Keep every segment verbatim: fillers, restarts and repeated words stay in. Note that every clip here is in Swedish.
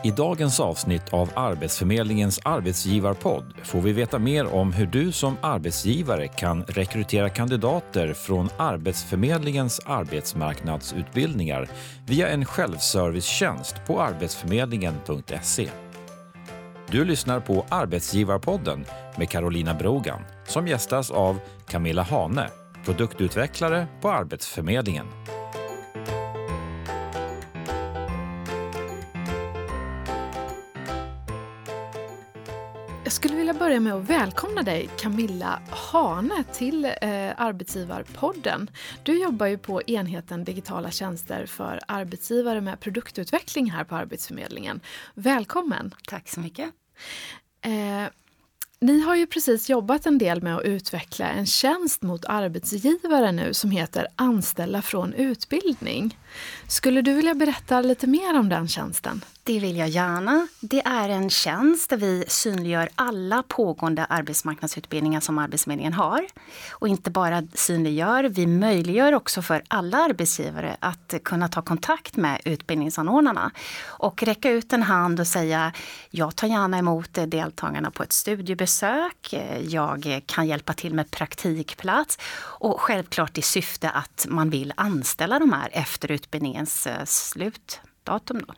I dagens avsnitt av Arbetsförmedlingens arbetsgivarpodd får vi veta mer om hur du som arbetsgivare kan rekrytera kandidater från Arbetsförmedlingens arbetsmarknadsutbildningar via en självservicetjänst på arbetsförmedlingen punkt se. Du lyssnar på Arbetsgivarpodden med Carolina Brogan som gästas av Camilla Hane, produktutvecklare på Arbetsförmedlingen. Jag skulle vilja börja med att välkomna dig, Camilla Hane, till eh, Arbetsgivarpodden. Du jobbar ju på enheten digitala tjänster för arbetsgivare med produktutveckling här på Arbetsförmedlingen. Välkommen! Tack så mycket. Eh, ni har ju precis jobbat en del med att utveckla en tjänst mot arbetsgivare nu som heter Anställa från utbildning. Skulle du vilja berätta lite mer om den tjänsten? Det vill jag gärna. Det är en tjänst där vi synliggör alla pågående arbetsmarknadsutbildningar som Arbetsförmedlingen har. Och inte bara synliggör, vi möjliggör också för alla arbetsgivare att kunna ta kontakt med utbildningsanordnarna. Och räcka ut en hand och säga, jag tar gärna emot deltagarna på ett studiebesök. Jag kan hjälpa till med praktikplats. Och självklart i syfte att man vill anställa de här efter utbildningens slutdatum då.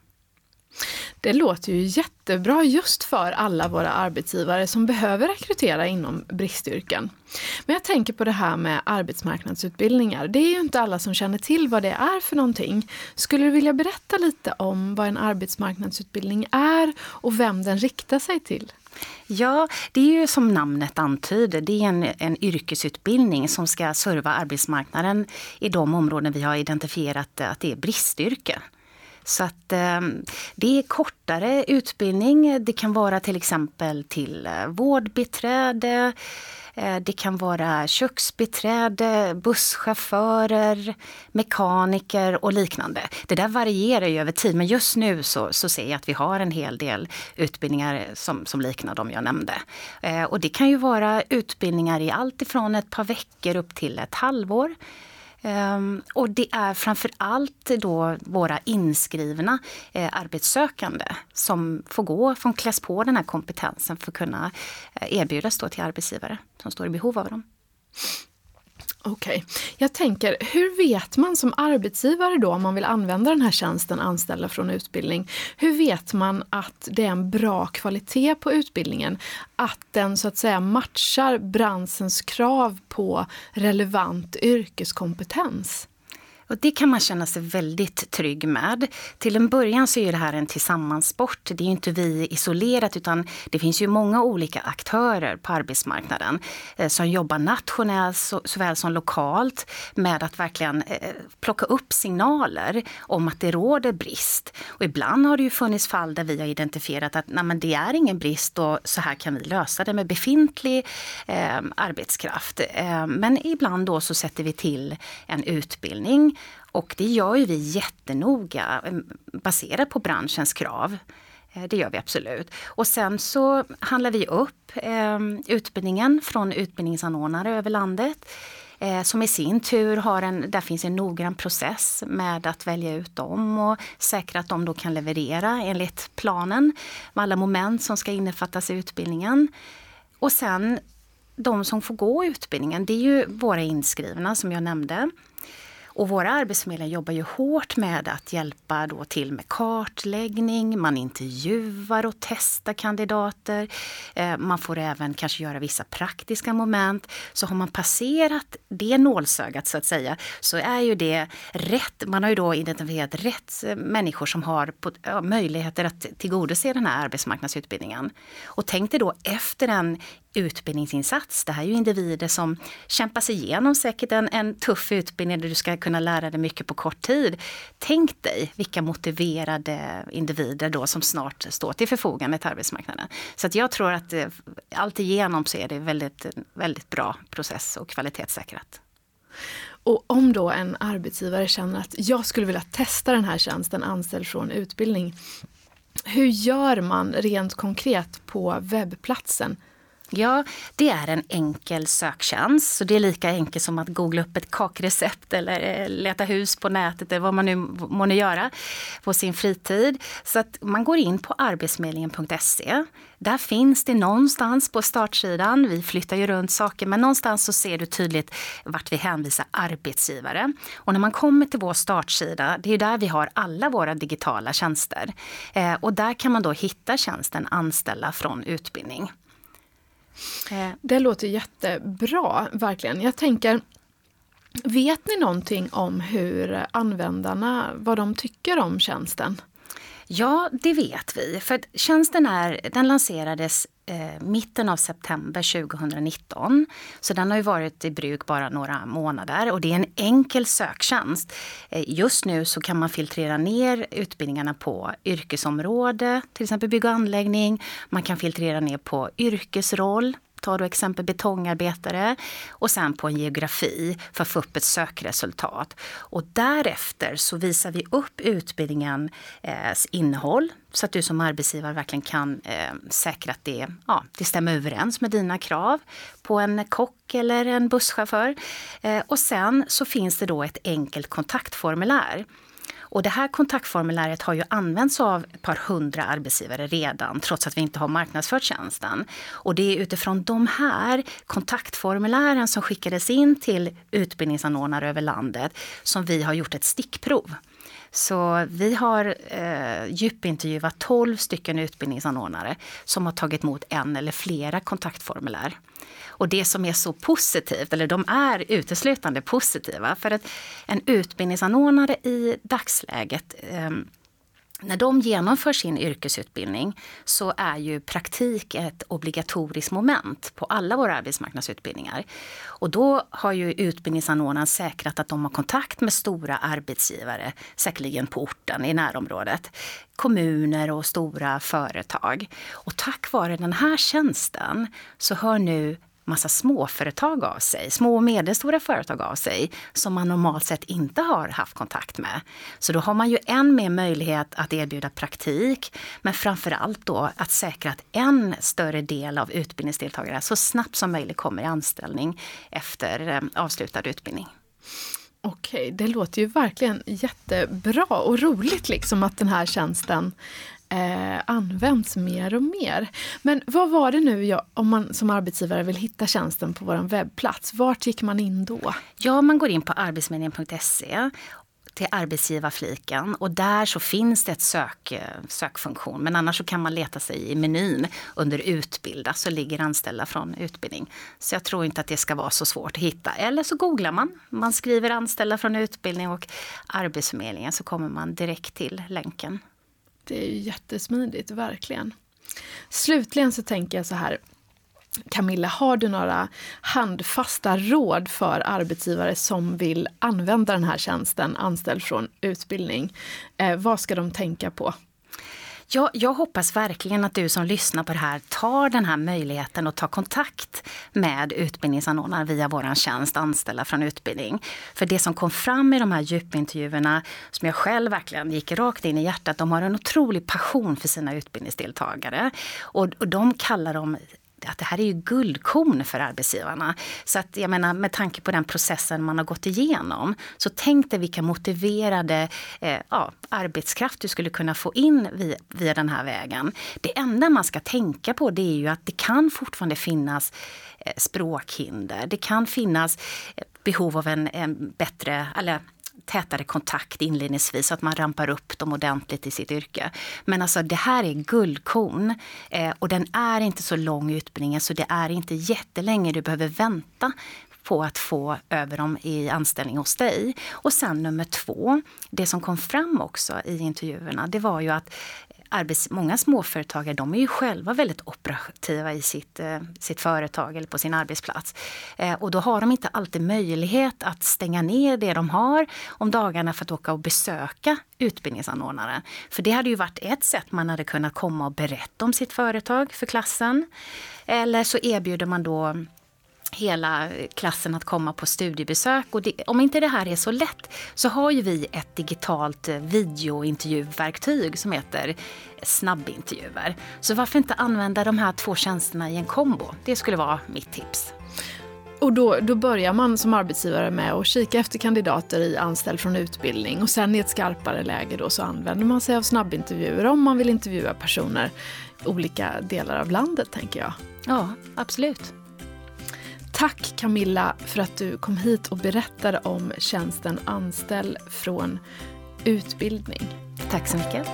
Det låter ju jättebra just för alla våra arbetsgivare som behöver rekrytera inom bristyrken. Men jag tänker på det här med arbetsmarknadsutbildningar. Det är ju inte alla som känner till vad det är för någonting. Skulle du vilja berätta lite om vad en arbetsmarknadsutbildning är och vem den riktar sig till? Ja, det är ju som namnet antyder. Det är en, en yrkesutbildning som ska serva arbetsmarknaden i de områden vi har identifierat att det är bristyrke. Så att eh, det är kortare utbildning. Det kan vara till exempel till eh, vårdbiträde, eh, det kan vara köksbiträde, busschaufförer, mekaniker och liknande. Det där varierar ju över tid, men just nu så, så ser jag att vi har en hel del utbildningar som, som liknar de jag nämnde. Eh, och det kan ju vara utbildningar i allt ifrån ett par veckor upp till ett halvår. Um, och det är framför allt då våra inskrivna eh, arbetssökande som får gå, får kläs på den här kompetensen för att kunna eh, erbjudas då till arbetsgivare som står i behov av dem. Okej, okay. Jag tänker, hur vet man som arbetsgivare då om man vill använda den här tjänsten anställa från utbildning? Hur vet man att det är en bra kvalitet på utbildningen? Att den så att säga matchar branschens krav på relevant yrkeskompetens? Och det kan man känna sig väldigt trygg med. Till en början så är det här en tillsammansport. Det är ju inte vi isolerat utan det finns ju många olika aktörer på arbetsmarknaden eh, som jobbar nationellt så, såväl som lokalt med att verkligen eh, plocka upp signaler om att det råder brist. Och ibland har det ju funnits fall där vi har identifierat att nej, men det är ingen brist och så här kan vi lösa det med befintlig eh, arbetskraft. Eh, men ibland då så sätter vi till en utbildning. Och det gör ju vi jättenoga baserat på branschens krav. Det gör vi absolut. Och sen så handlar vi upp eh, utbildningen från utbildningsanordnare över landet. Eh, som i sin tur har en, där finns en noggrann process med att välja ut dem och säkra att de då kan leverera enligt planen. Med alla moment som ska innefattas i utbildningen. Och sen de som får gå utbildningen, det är ju våra inskrivna som jag nämnde. Och våra arbetsförmedlare jobbar ju hårt med att hjälpa då till med kartläggning, man intervjuar och testar kandidater. Eh, man får även kanske göra vissa praktiska moment. Så har man passerat det nålsögat så att säga så är ju det rätt, man har ju då identifierat rätt människor som har på, ja, möjligheter att tillgodose den här arbetsmarknadsutbildningen. Och tänk dig då efter en utbildningsinsats. Det här är ju individer som kämpar sig igenom säkert en, en tuff utbildning där du ska kunna lära dig mycket på kort tid. Tänk dig vilka motiverade individer då som snart står till förfogande till arbetsmarknaden. Så att jag tror att eh, allt igenom så är det väldigt, väldigt bra process och kvalitetssäkrat. Och om då en arbetsgivare känner att jag skulle vilja testa den här tjänsten anställd från utbildning, hur gör man rent konkret på webbplatsen? Ja, det är en enkel söktjänst. Så det är lika enkelt som att googla upp ett kakrecept eller leta hus på nätet eller vad man nu må göra på sin fritid. Så att man går in på arbetsförmedlingen punkt se. Där finns det någonstans på startsidan, vi flyttar ju runt saker, men någonstans så ser du tydligt vart vi hänvisar arbetsgivare. Och när man kommer till vår startsida, det är där vi har alla våra digitala tjänster. Eh, och där kan man då hitta tjänsten anställa från utbildning. Det låter jättebra, verkligen. Jag tänker, vet ni någonting om hur användarna, vad de tycker om tjänsten? Ja, det vet vi. För att tjänsten är, den lanserades eh, mitten av september tjugonitton. Så den har ju varit i bruk bara några månader och det är en enkel söktjänst. Eh, just nu så kan man filtrera ner utbildningarna på yrkesområde, till exempel bygg och anläggning. Man kan filtrera ner på yrkesroll. Ta då exempel betongarbetare och sen på en geografi för att få upp ett sökresultat. Och därefter så visar vi upp utbildningens eh, innehåll så att du som arbetsgivare verkligen kan eh, säkra att det, ja, det stämmer överens med dina krav på en kock eller en busschaufför. Eh, och sen så finns det då ett enkelt kontaktformulär. Och det här kontaktformuläret har ju använts av ett par hundra arbetsgivare redan, trots att vi inte har marknadsfört tjänsten. Och det är utifrån de här kontaktformulären som skickades in till utbildningsanordnare över landet som vi har gjort ett stickprov. Så vi har eh, djupintervjuat tolv stycken utbildningsanordnare som har tagit emot en eller flera kontaktformulär. Och det som är så positivt, eller de är uteslutande positiva, för att en utbildningsanordnare i dagsläget, eh, när de genomför sin yrkesutbildning så är ju praktik ett obligatoriskt moment på alla våra arbetsmarknadsutbildningar. Och då har ju utbildningsanordnaren säkrat att de har kontakt med stora arbetsgivare, säkerligen på orten i närområdet, kommuner och stora företag. Och tack vare den här tjänsten så hör nu massa småföretag av sig, små och medelstora företag av sig som man normalt sett inte har haft kontakt med. Så då har man ju än mer möjlighet att erbjuda praktik, men framförallt då att säkra att en större del av utbildningsdeltagare så snabbt som möjligt kommer i anställning efter avslutad utbildning. Okej, det låter ju verkligen jättebra och roligt liksom att den här tjänsten Eh, används mer och mer. Men vad var det nu jag, om man som arbetsgivare vill hitta tjänsten på vår webbplats? Vart gick man in då? Ja, man går in på arbetsförmedlingen punkt se till arbetsgivarfliken och där så finns det ett sök, sökfunktion. Men annars så kan man leta sig i menyn under utbilda så ligger anställda från utbildning. Så jag tror inte att det ska vara så svårt att hitta. Eller så googlar man. Man skriver anställda från utbildning och arbetsförmedlingen så kommer man direkt till länken. Det är ju jättesmidigt, verkligen. Slutligen så tänker jag så här, Camilla, har du några handfasta råd för arbetsgivare som vill använda den här tjänsten, anställd från utbildning? Eh, vad ska de tänka på? Ja, jag hoppas verkligen att du som lyssnar på det här tar den här möjligheten och tar kontakt med utbildningsanordnare via vår tjänst anställda från utbildning. För det som kom fram i de här djupintervjuerna som jag själv verkligen gick rakt in i hjärtat, de har en otrolig passion för sina utbildningsdeltagare och, och de kallar dem att det här är ju guldkorn för arbetsgivarna. Så att jag menar, med tanke på den processen man har gått igenom så tänk dig vilka motiverade eh, ja, arbetskraft du skulle kunna få in via, via den här vägen. Det enda man ska tänka på det är ju att det kan fortfarande finnas eh, språkhinder. Det kan finnas eh, behov av en, en bättre, eller tätare kontakt inledningsvis så att man rampar upp dem ordentligt i sitt yrke. Men alltså det här är guldkorn eh, och den är inte så lång utbildningen så det är inte jättelänge du behöver vänta på att få över dem i anställning hos dig. Och sen nummer två, det som kom fram också i intervjuerna, det var ju att Arbets, många småföretagare, de är ju själva väldigt operativa i sitt, eh, sitt företag eller på sin arbetsplats. Eh, och då har de inte alltid möjlighet att stänga ner det de har om dagarna för att åka och besöka utbildningsanordnaren. För det hade ju varit ett sätt man hade kunnat komma och berätta om sitt företag för klassen. Eller så erbjuder man då hela klassen att komma på studiebesök. Och det, om inte det här är så lätt så har ju vi ett digitalt videointervjuverktyg som heter snabbintervjuer. Så varför inte använda de här två tjänsterna i en kombo? Det skulle vara mitt tips. Och då, då börjar man som arbetsgivare med att kika efter kandidater i anställd från utbildning och sen i ett skarpare läge då så använder man sig av snabbintervjuer om man vill intervjua personer i olika delar av landet, tänker jag. Ja, absolut. Tack Camilla för att du kom hit och berättade om tjänsten Anställ från utbildning. Tack så mycket.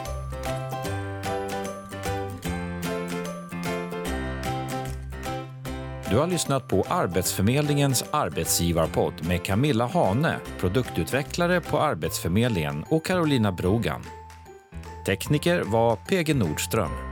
Du har lyssnat på Arbetsförmedlingens arbetsgivarpodd med Camilla Hane, produktutvecklare på Arbetsförmedlingen, och Carolina Brogan. Tekniker var P G Nordström.